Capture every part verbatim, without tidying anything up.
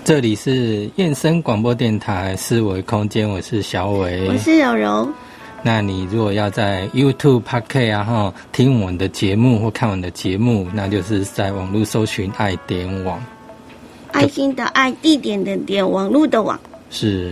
这里是燕声广播电台思维空间，我是小伟， 我是柔柔。 那你如果要在 YouTube、Podcast 啊哈听我们的节目或看我们的节目，那就是在网络搜寻爱点网， 爱心的爱，地点的点，网络的网。是。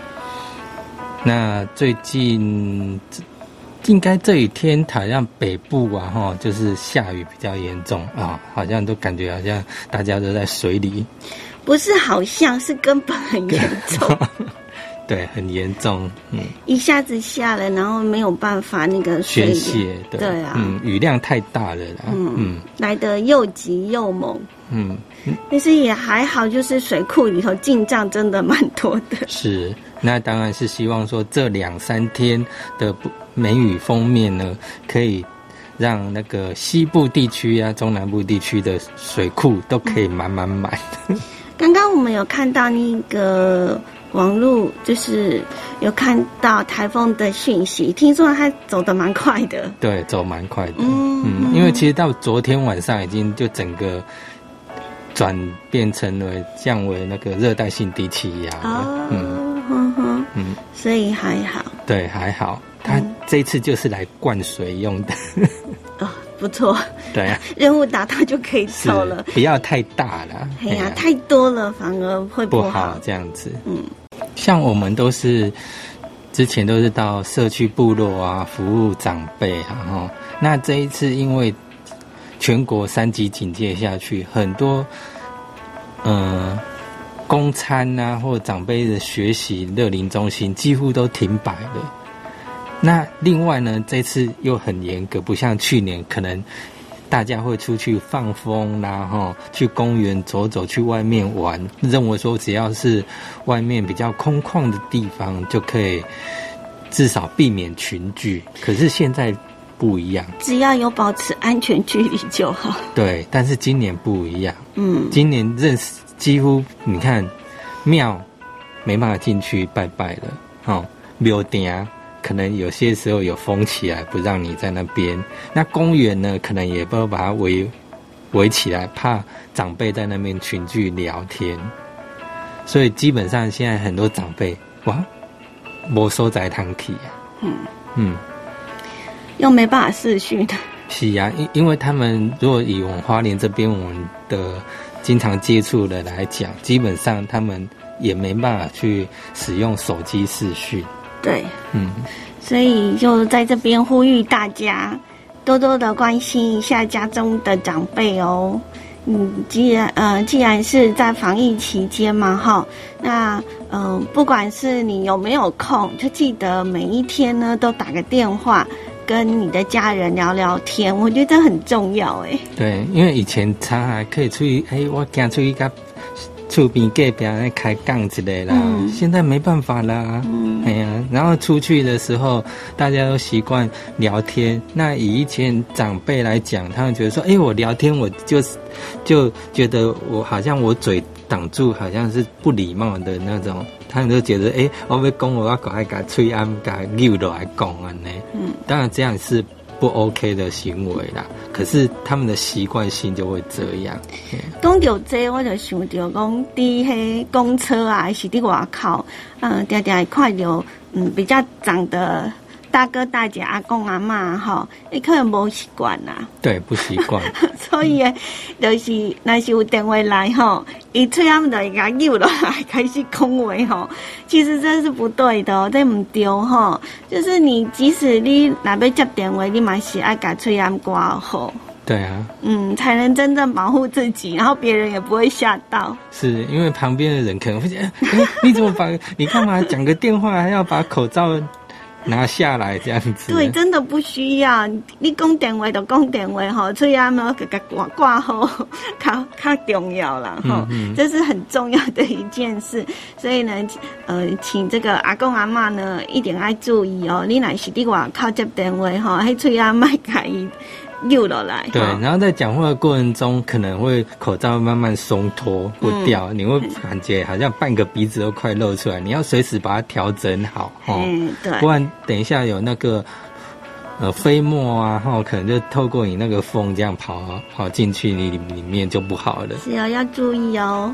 那最近应该这几天好像北部啊哈，就是下雨比较严重啊，好像都感觉好像大家都在水里。 不是好像是根本很严重。 对，很严重，嗯， 一下子下了，然后没有办法那个宣泄，对， 对啊， 嗯，雨量太大了啦， 嗯嗯，来得又急又猛，嗯，但是也还好，就是水库里头进账真的蛮多的。 是，那当然是希望说这两三天的梅雨锋面呢，可以让那个西部地区啊、中南部地区的水库都可以满满满。 刚刚我们有看到那个网络，就是有看到台风的讯息，听说它走得蛮快的。 对，走蛮快的。嗯嗯，因为其实到昨天晚上已经就整个转变成了降为那个热带性低气压了。哦， 嗯哼哼，嗯，所以还好。 对，还好。它这一次就是来灌水用的。 哦，不错。 对啊， 任务达到就可以走了， 不要太大了。 哎呀、啊，太多了反而会不好。 不好这样子。嗯，像我们都是之前都是到社区部落啊服务长辈啊，哈。那这一次因为全国三级警戒下去，很多嗯公餐啊或长辈的学习乐龄中心几乎都停摆了。那另外呢，这次又很严格，不像去年可能大家会出去放风啦，齁，去公园走走，去外面玩，认为说只要是外面比较空旷的地方就可以至少避免群聚。可是现在不一样， 只要有保持安全距离就好。 对，但是今年不一样。嗯，今年认识几乎你看庙没办法进去拜拜了，齁，庙埕可能有些时候有封起来，不让你在那边。那公园呢，可能也不要把它围围起来，怕长辈在那边群聚聊天。所以基本上现在很多长辈哇，没所在通去啊。嗯嗯， 又没办法视讯的。 是啊，因因为他们如果以我们花莲这边我们的经常接触的来讲，基本上他们也没办法去使用手机视讯。 对，嗯，所以就在这边呼吁大家多多的关心一下家中的长辈哦。嗯，既然呃既然是在防疫期间嘛，哈，那嗯、呃，不管是你有没有空，就记得每一天呢都打个电话跟你的家人聊聊天，我觉得很重要哎。 对，因为以前常还可以出去，哎，我行出去跟厝边隔壁在开杠之类啦、嗯，现在没办法啦。嗯，哎呀，然后出去的时候，大家都习惯聊天。那以以前长辈来讲，他们觉得说，哎，我聊天，我就就觉得我好像我嘴挡住，好像是不礼貌的那种。他们都觉得，哎，我要讲我要赶快把嘴按把扭落来讲啊呢。嗯，当然这样是不 OK 的行为啦。可是他们的习惯性就会这样。 讲到这，我就想到讲，伫迄公车啊，还是伫外口，嗯，常常会看到嗯比较长的大哥大姐、阿公阿嬷吼，伊可能无习惯啦。 对，不习惯。 所以就是若是有电话来吼，伊嘴暗就会甲扭落来开始讲话吼，其实这是不对的、哦，这唔对吼。就是你即使你若要接电话，你嘛是爱甲嘴暗挂好。 对啊， 嗯，才能真正保护自己，然后别人也不会吓到。 是因为旁边的人可能会觉得，欸、你怎么把你干嘛讲个电话还要把口罩拿下来这样子？ 对，真的不需要。你讲电话就讲电话吼，所以啊嘛给它挂挂好，较较重要啦吼、嗯嗯，这是很重要的一件事。所以呢，呃，请这个阿公阿嬷呢一定要注意哦。你若是伫外口接电话吼，迄嘴啊莫甲伊溜落来。 对，然后在讲话的过程中，可能会口罩慢慢松脱不掉、嗯，你会感觉好像半个鼻子都快露出来，你要随时把它调整好， 嗯，对， 不然等一下有那个呃飞沫啊，哈，可能就透过你那个风这样跑跑进去你里面就不好了。 是哦，要注意哦。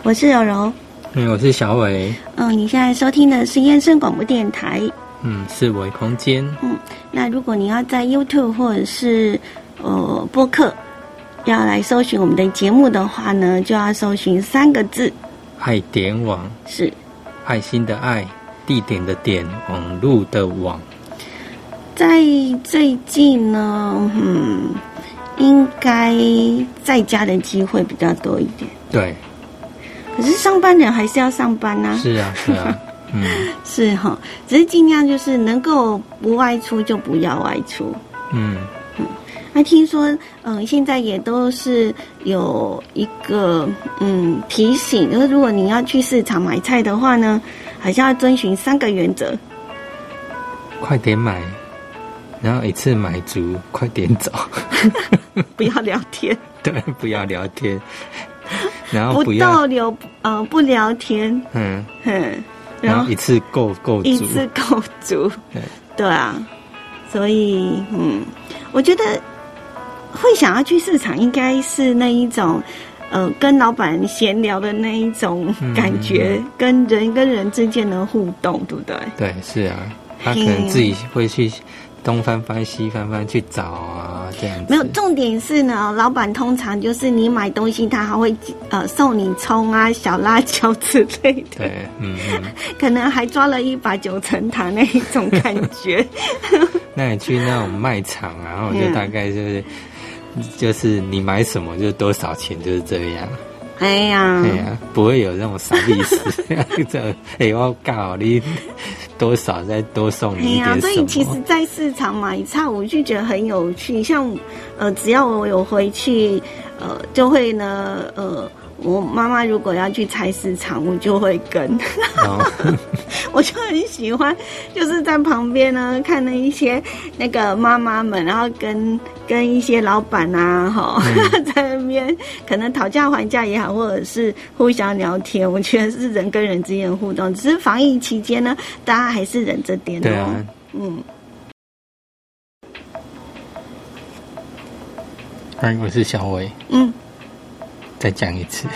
我是柔柔。 嗯，我是小伟。 嗯，你现在收听的是燕声广播电台。 嗯，四维空间。 嗯，那如果你要在 YouTube 或者是呃播客要来搜寻我们的节目的话呢，就要搜寻三个字： 爱点网。 是爱心的爱，地点的点，网路的网。 在最近呢，嗯，应该在家的机会比较多一点。 对。 可是上班人还是要上班啊。 是啊，是啊。嗯， 是哈，只是尽量就是能够不外出就不要外出。嗯嗯，那听说嗯、呃、现在也都是有一个嗯提醒，就是如果你要去市场买菜的话呢，还是要遵循三个原则： 快点买，然后一次买足，快点走， 不要聊天。 对，不要聊天，然后不要不逗留呃不聊天。 嗯嗯。 然后一次够够足， 一次够足，对啊，所以嗯，我觉得会想要去市场，应该是那一种呃跟老板闲聊的那一种感觉，嗯、跟人跟人之间的互动，对不对？ 对，是啊，他可能自己会去东翻翻西翻翻去找啊，这样子。 没有，重点是呢，老板通常就是你买东西，他还会呃送你葱啊、小辣椒之类的。 对，嗯嗯。 可能还抓了一把九层塔那一种感觉。 那你去那种卖场啊，然后就大概就是、嗯、就是你买什么就多少钱，就是这样。 哎呀， 哎呀，不会有那种傻逼事，这哎我告你多少再多送你一点什么。 所以其实，在市场买菜，我就觉得很有趣。像呃，只要我有回去，呃，就会呢，呃，我妈妈如果要去菜市场，我就会跟。哦、我就很喜欢，就是在旁边呢看那一些那个妈妈们，然后跟跟一些老板啊，哈、嗯，在那边可能讨价还价也好，或者是互相聊天。我觉得是人跟人之间的互动。只是防疫期间呢，大家还是忍着点哦。 对啊， 嗯。 嗨，我是小伟。 嗯。 再讲一次。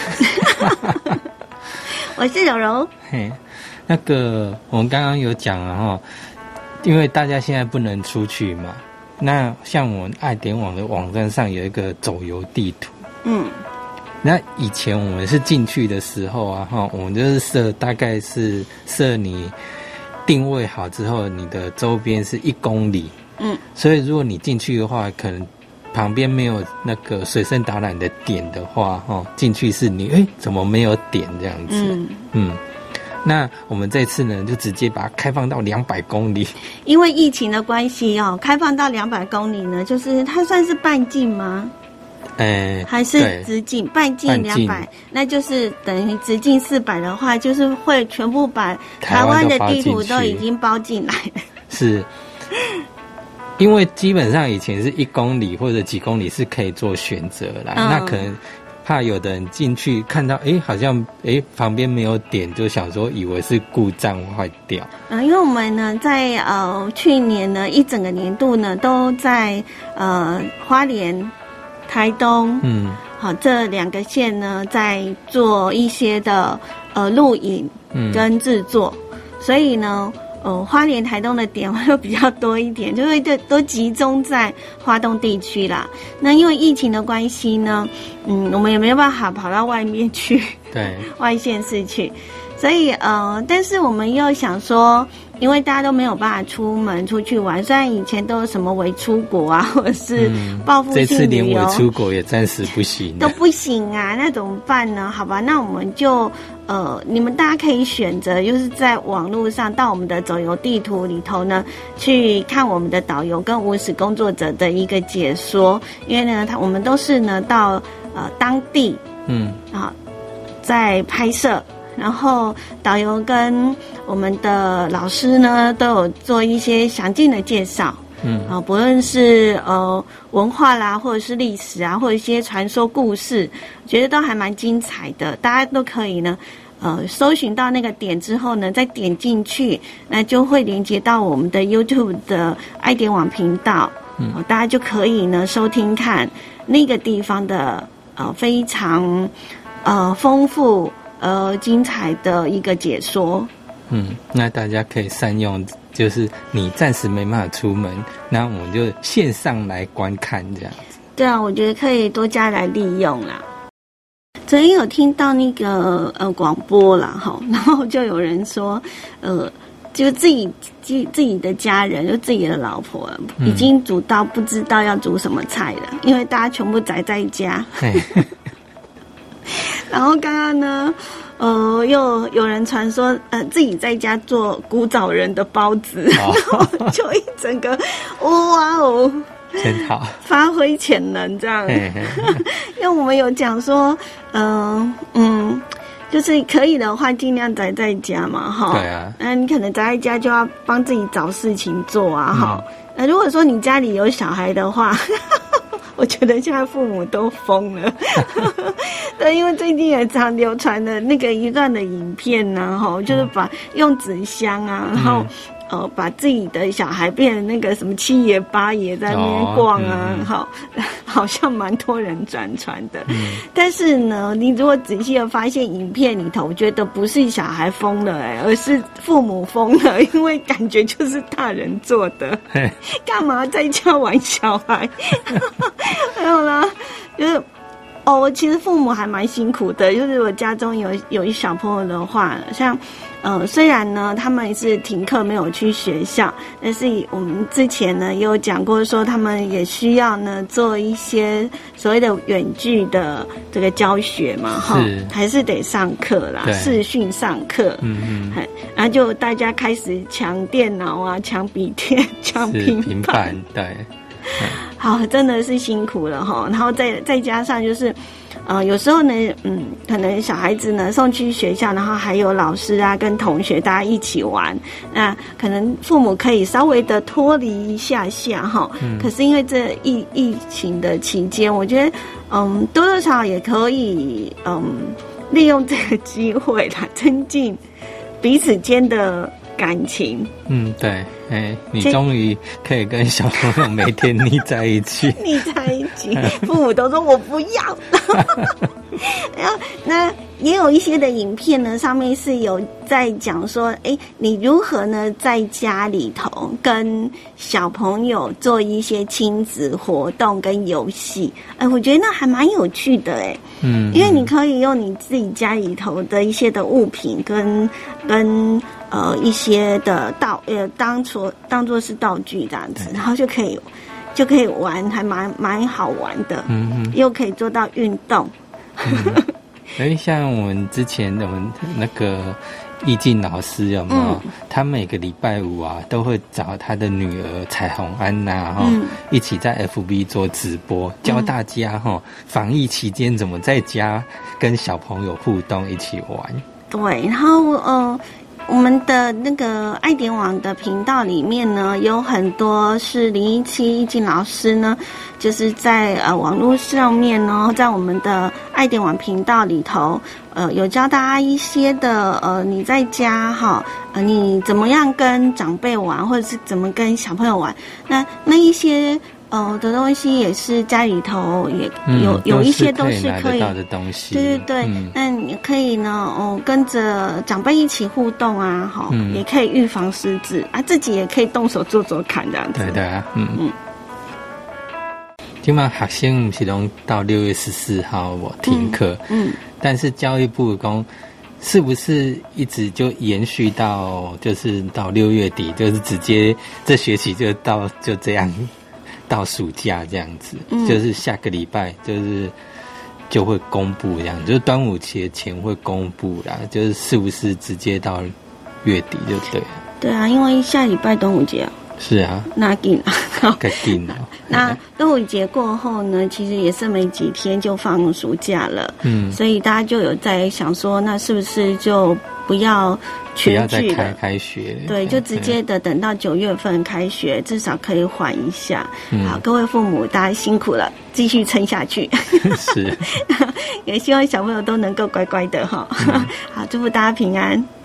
我是柔柔。 嘿，那个我们刚刚有讲了哈，因为大家现在不能出去嘛，那像我们爱点网的网站上有一个走游地图。嗯。那以前我们是进去的时候啊，哈，我们就是设大概是设你定位好之后，你的周边是一公里。嗯。所以如果你进去的话，可能旁边没有那个随身导览的点的话，哈，进去是你哎怎么没有点这样子？嗯嗯，那我们这次呢就直接把它开放到两百公里。 因为疫情的关系哦，开放到两百公里呢，就是它算是半径吗？ 哎， 还是直径？半径两百，那就是等于直径四百的话，就是会全部把台湾的地图都已经包进来了。 是。因为基本上以前是一公里或者几公里是可以做选择啦，嗯、那可能怕有的人进去看到，哎，好像哎旁边没有点，就想说以为是故障坏掉。 嗯，因为我们呢在呃去年呢一整个年度呢都在呃花莲、台东，嗯，好这两个县呢在做一些的呃录影跟制作，嗯、所以呢。哦，花莲、台东的点会比较多一点，就会都都集中在花东地区啦。那因为疫情的关系呢，嗯，我们也没有办法跑到外面去， 对， 外县市去，所以呃，但是我们又想说，因为大家都没有办法出门出去玩，虽然以前都有什么伪出国啊，或者是报复性旅游， 这次连伪出国也暂时不行， 都不行啊，那怎么办呢？好吧，那我们就。呃，你们大家可以选择，就是在网络上到我们的走游地图里头呢，去看我们的导游跟无史工作者的一个解说。因为呢，他我们都是呢到呃当地，嗯啊，在拍摄，然后导游跟我们的老师呢都有做一些详尽的介绍。嗯啊，不论是呃文化啦，或者是历史啊，或者一些传说故事，我觉得都还蛮精彩的。大家都可以呢，呃，搜寻到那个点之后呢，再点进去，那就会连接到我们的 YouTube 的爱点网频道，嗯、呃，大家就可以呢收听看那个地方的呃非常呃丰富呃精彩的一个解说。 嗯，那大家可以善用，就是你暂时没办法出门，那我们就线上来观看这样子。 对啊，我觉得可以多加来利用啦。昨天有听到那个呃广播啦，哈，然后就有人说，呃，就自己自自己的家人，就自己的老婆，已经煮到不知道要煮什么菜了，嗯、因为大家全部宅在家。然后刚刚呢，呃，又有人传说，呃，自己在家做古早人的包子，哦、然后就一整个，哇哦， 真好， 发挥潜能这样。嘿嘿因为我们有讲说，嗯、呃、嗯，就是可以的话，尽量宅在家嘛，哈。 对啊。 那你可能宅在家就要帮自己找事情做啊，哈、嗯。那如果说你家里有小孩的话。我觉得现在父母都疯了，对，因为最近也常流传的那个一段的影片呢，哈，就是把用纸箱啊，然后、嗯、呃把自己的小孩变成那个什么七爷八爷在那边逛啊，好、哦嗯，好像蛮多人转传的、嗯。但是呢，你如果仔细的发现影片里头，我觉得不是小孩疯了哎、欸，而是父母疯了，因为感觉就是大人做的，干嘛在家玩小孩？还有啦，就是哦，其实父母还蛮辛苦的。就是我家中有有一小朋友的话，像呃，虽然呢他们是停课没有去学校，但是我们之前呢也有讲过，说他们也需要呢做一些所谓的远距的这个教学嘛，哈，还是得上课啦，视讯上课，嗯嗯，然后就大家开始抢电脑啊，抢笔电，抢平板， 平板对。 好，真的是辛苦了哈。然后再再加上就是，呃，有时候呢，嗯，可能小孩子呢送去学校，然后还有老师啊跟同学大家一起玩，那可能父母可以稍微的脱离一下下哈。嗯、可是因为这疫疫情的期间，我觉得，嗯，多多少少也可以，嗯，利用这个机会来增进彼此间的感情。 嗯，对。哎、欸，你终于可以跟小朋友每天腻在一起， 腻在一起，父母都说我不要。然后那也有一些的影片呢，上面是有在讲说，哎、欸，你如何呢在家里头跟小朋友做一些亲子活动跟游戏，哎、欸，我觉得那还蛮有趣的哎、欸，嗯，因为你可以用你自己家里头的一些的物品跟跟。呃，一些的道呃，当做当做是道具这样子，然后就可以就可以玩，还蛮蛮好玩的，嗯嗯，又可以做到运动。 嗯，哎，像我们之前我们那个易静老师有没有？嗯、他每个礼拜五啊，都会找他的女儿彩虹安娜哈、嗯，一起在 F B 做直播，教大家哈、嗯、防疫期间怎么在家跟小朋友互动，一起玩。对， 然后呃。我们的那个爱点网的频道里面呢，有很多是零一七易静老师呢，就是在呃网络上面呢，在我们的爱点网频道里头，呃有教大家一些的呃你在家哈，呃你怎么样跟长辈玩，或者是怎么跟小朋友玩，那那一些。哦，的东西也是家里头也有、嗯、有一些都是可以拿得到的东西， 对对对。嗯、那你可以呢，哦，跟着长辈一起互动啊，哈、嗯，也可以预防失智啊，自己也可以动手做做看这样子。 对对啊，嗯嗯。今晚学生是拢到六月十四号我停课，嗯，嗯但是教育部讲是不是一直就延续到就是到六月底，就是直接这学期就到就这样。到暑假这样子、嗯，就是下个礼拜就是就会公布这样，就是端午节前会公布啦，就是是不是直接到月底就对了。 对啊，因为下礼拜端午节啊。 是啊， 那紧啊， 该紧了。 那端午节过后呢，其实也是没几天就放暑假了，嗯，所以大家就有在想说，那是不是就不要全剧的开开学？ 对，就直接的等到九月份开学，至少可以缓一下。嗯、好，各位父母，大家辛苦了，继续撑下去。 是， 也希望小朋友都能够乖乖的哈。嗯、好，祝福大家平安。